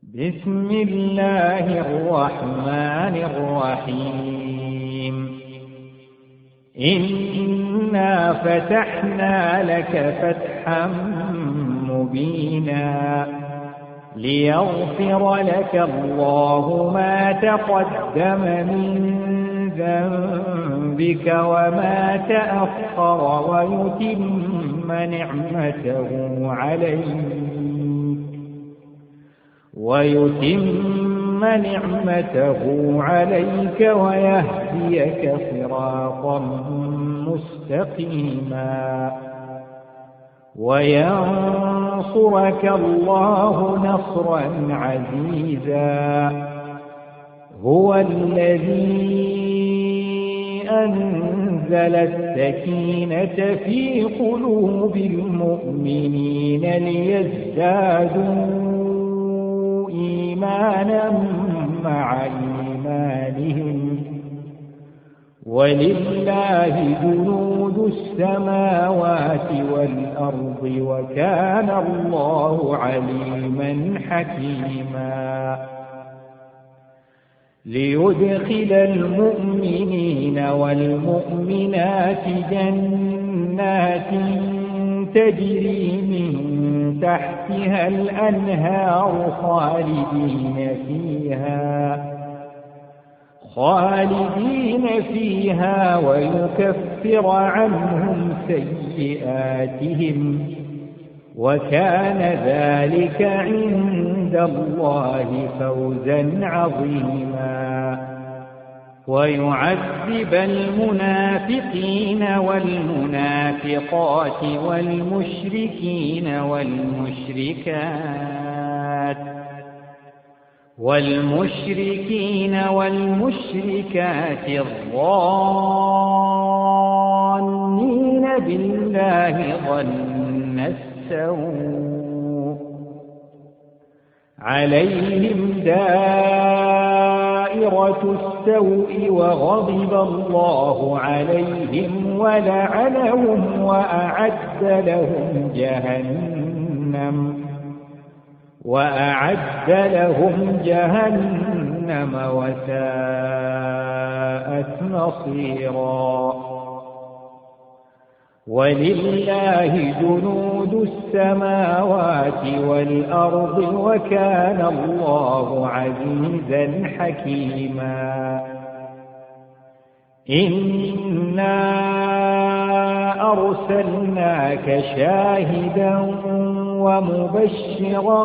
بسم الله الرحمن الرحيم إنا فتحنا لك فتحا مبينا ليغفر لك الله ما تقدم من ذنبك وما تأخر ويتم نعمته عليك ويهديك صراطا مستقيما وينصرك الله نصرا عزيزا هو الذي أنزل السكينة في قلوب المؤمنين ليزدادوا إيمانا مع إيمانهم ولله جنود السماوات والأرض وكان الله عليما حكيما ليدخل المؤمنين والمؤمنات جنات تجري من تحتها الأنهار خالدين فيها ويكفر عنهم سيئاتهم وكان ذلك عند الله فوزا عظيما ويعذب المنافقين والمنافقات والمشركين والمشركات الظانين بالله ظن السوء عليهم دائرة السوء وغضب الله عليهم ولعنهم وأعد لهم جهنم وساءت مصيرا ولله جنود السماوات والأرض وكان الله عزيزا حكيما إنا أرسلناك شاهدا ومبشرا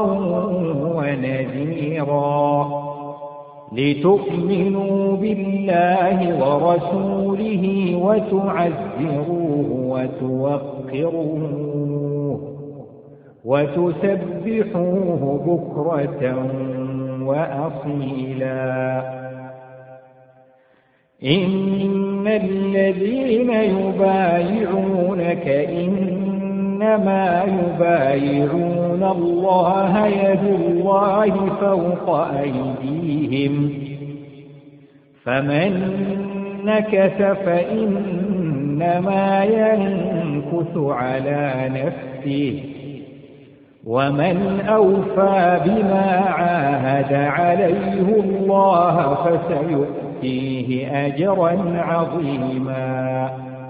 ونذيرا لتؤمنوا بالله ورسوله وتعزروه وتوقروه وتسبحوه بكرة وأصيلا إن الذين يبايعونك إنما يبايعون الله يد الله فوق أيديهم فمن نكث فإنما ينكث على نفسه ومن أوفى بما عاهد عليه الله فسيؤتيه أجرا عظيما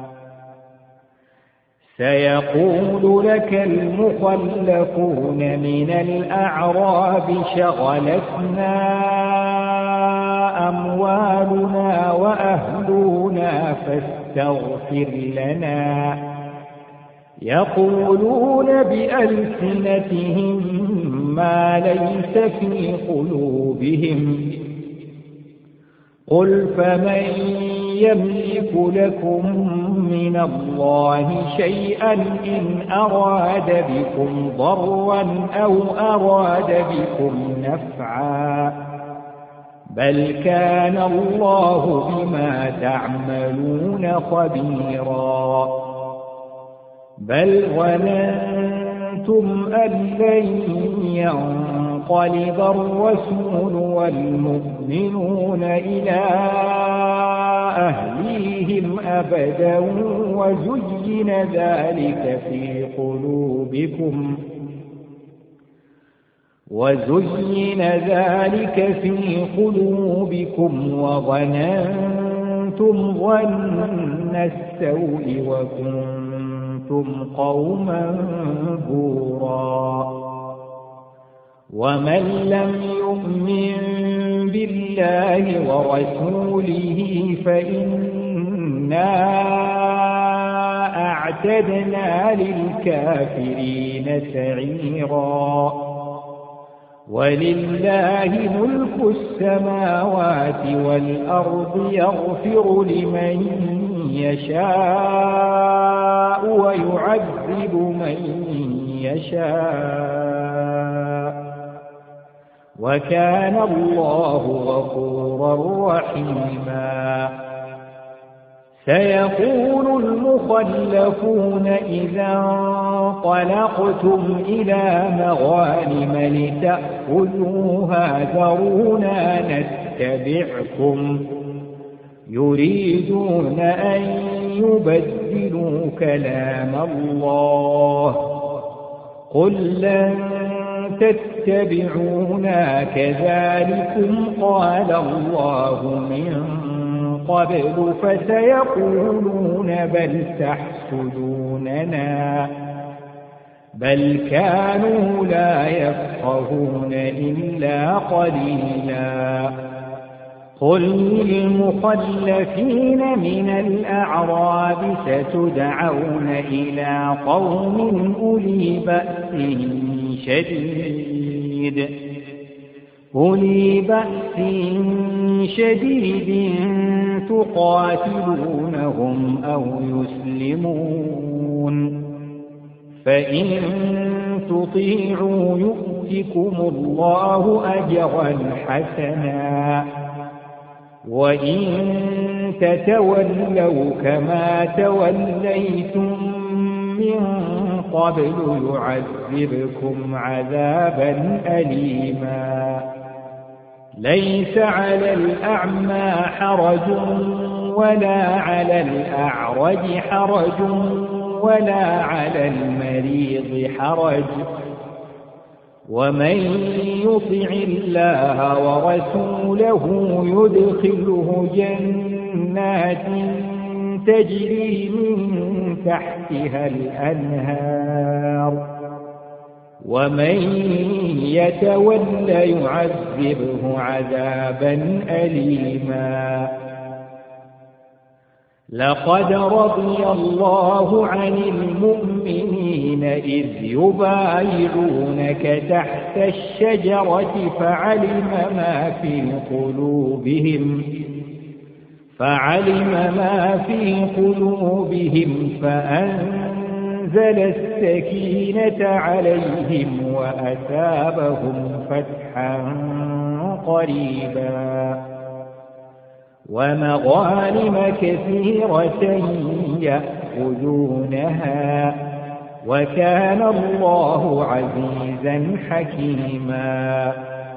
سيقول لك المخلفون من الأعراب شغلتنا أموالنا وأهلنا فاستغفر لنا يقولون بألسنتهم ما ليس في قلوبهم قل فمن يملك لكم من الله شيئا إن أراد بكم ضرا أو أراد بكم نفعا بل كان الله بما تعملون خبيرا بل ظننتم أن لن ينقلب الرسول والمؤمنون إلى أهليهم أبدا وزين ذلك في قلوبكم وزين ذلك في قلوبكم وظننتم ظن السوء وكنتم قوما بورا ومن لم يؤمن بالله ورسوله فإنا أعتدنا للكافرين سعيرا ولله ملك السماوات والأرض يغفر لمن يشاء ويعذب من يشاء وكان الله غفورا رحيما سيقول المخلفون إذا انطلقتم إلى مغانم لتأخذوها ذرونا نتبعكم يريدون أن يبدلوا كلام الله قل لن تتبعونا كذلكم قال الله من قبل فسيقولون بل تحسدوننا بل كانوا لا يفقهون إلا قليلا قل للمخلفين من الأعراب ستدعون إلى قوم أولي بأس شديد تقاتلونهم أو يسلمون فإن تطيعوا يؤتكم الله أجرا حسنا وإن تتولوا كما توليتم من قبل يعذبكم عذابا أليما ليس على الأعمى حرج ولا على الأعرج حرج ولا على المريض حرج ومن يطع الله ورسوله يدخله جنات تجري من تحتها الأنهار ومن يتول يعذبه عذابا أليما لقد رضي الله عن المؤمنين إذ يبايعونك تحت الشجرة فعلم ما في قلوبهم فأنزل السكينة عليهم وأثابهم فتحا قريبا ومغانم كثيرة يأخذونها وكان الله عزيزا حكيما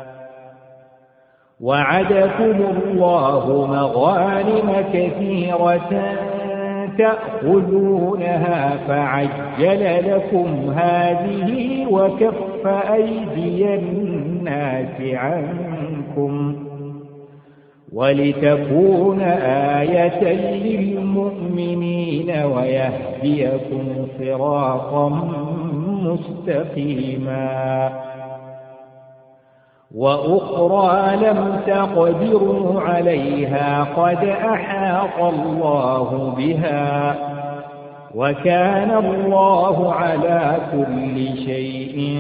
وعدكم الله مغانم كثيرة تأخذونها فعجل لكم هذه وكف أيدي الناس عنكم ولتكون آية للمؤمنين ويهديكم صراطا مستقيما وأخرى لم تقدروا عليها قد أحاط الله بها وكان الله على كل شيء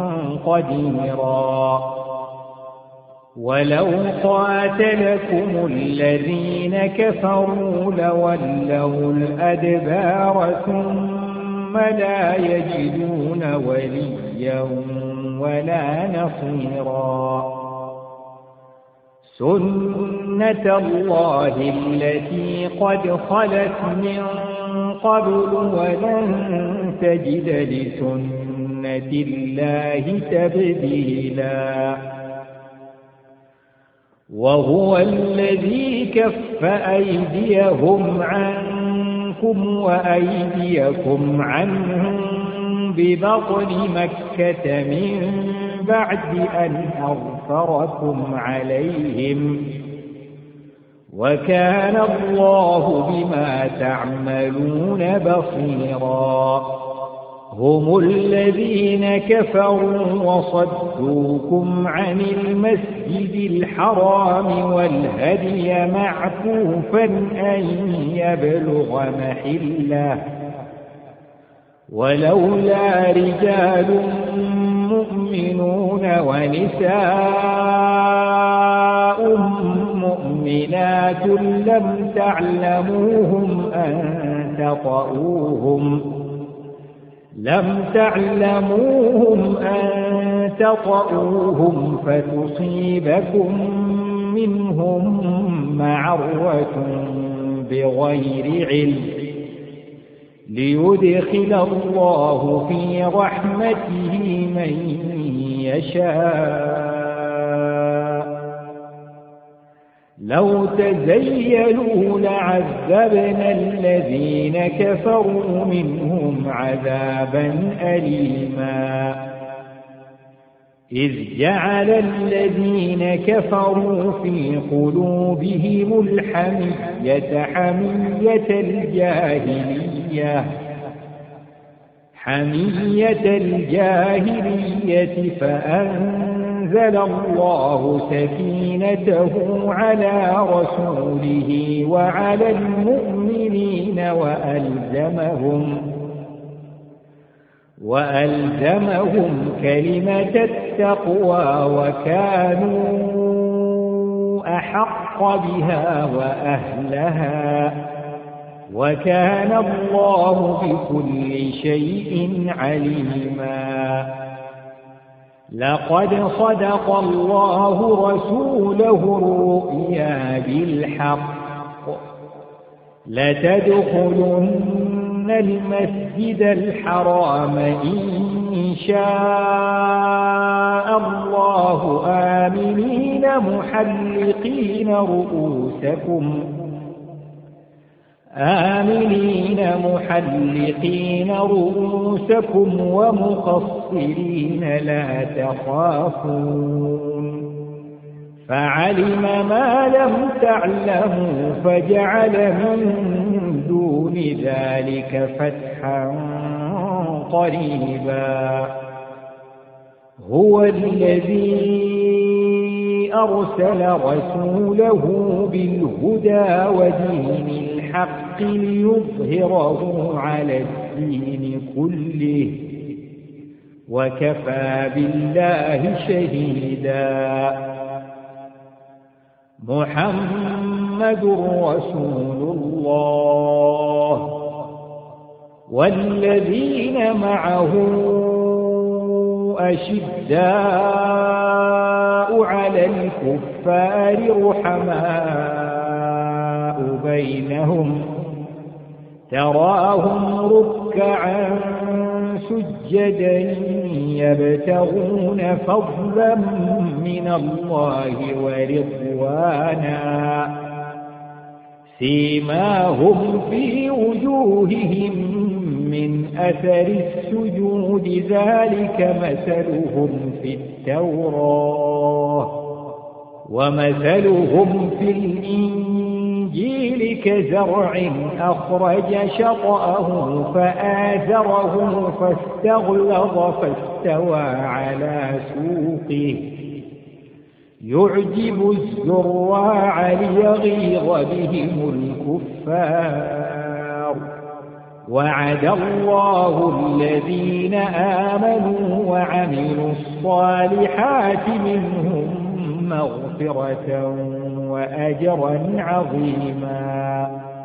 قديرا ولو قاتلكم الذين كفروا لولوا الأدبار ثم لا يجدون وليا ولا نصيرا سنة الله التي قد خلت من قبل ولن تجد لسنة الله تبديلا وهو الذي كف أيديهم عنكم وأيديكم عنهم ببطن مكة من بعد أن أظفركم عليهم وكان الله بما تعملون بصيرا هم الذين كفروا وصدوكم عن المسجد الحرام والهدي معكوفا أن يبلغ محله ولولا رجال مؤمنون ونساء مؤمنات لم تعلموهم أن تطؤوهم فتصيبكم منهم معرة بغير علم ليدخل الله في رحمته من يشاء لو تزيلوا لعذبنا الذين كفروا منهم عذابا أليما إذ جعل الذين كفروا في قلوبهم الحمية حمية الجاهلية فأنزل الله سكينته على رسوله وعلى المؤمنين وألزمهم كلمة التقوى وكانوا أحق بها وأهلها وكان الله بكل شيء عليما لقد صدق الله رسوله الرؤيا بالحق لتدخلن المسجد الحرام إن شاء الله آمنين محلقين رؤوسكم ومقصرين لا تخافون فعلم ما لم تعلموا فجعل من دون ذلك فتحا قريبا هو الذي أرسل رسوله بالهدى ودين الحق ليظهره على الدين كله وكفى بالله شهيدا محمد رسول الله والذين معه أشداء على الكفار رحماء بينهم تراهم ركعا سجدا يبتغون فضلا من الله ورضوانا سيماهم في وجوههم من أثر السجود ذلك مثلهم في التوراة ومثلهم في الإنجيل كزرع أخرج شطأه فآزره فاستغلظ فاستوى على سوقه يعجب الزراع ليغيظ بهم الكفار وعد الله الذين آمنوا وعملوا الصالحات منهم مغفرة وأجرا عظيما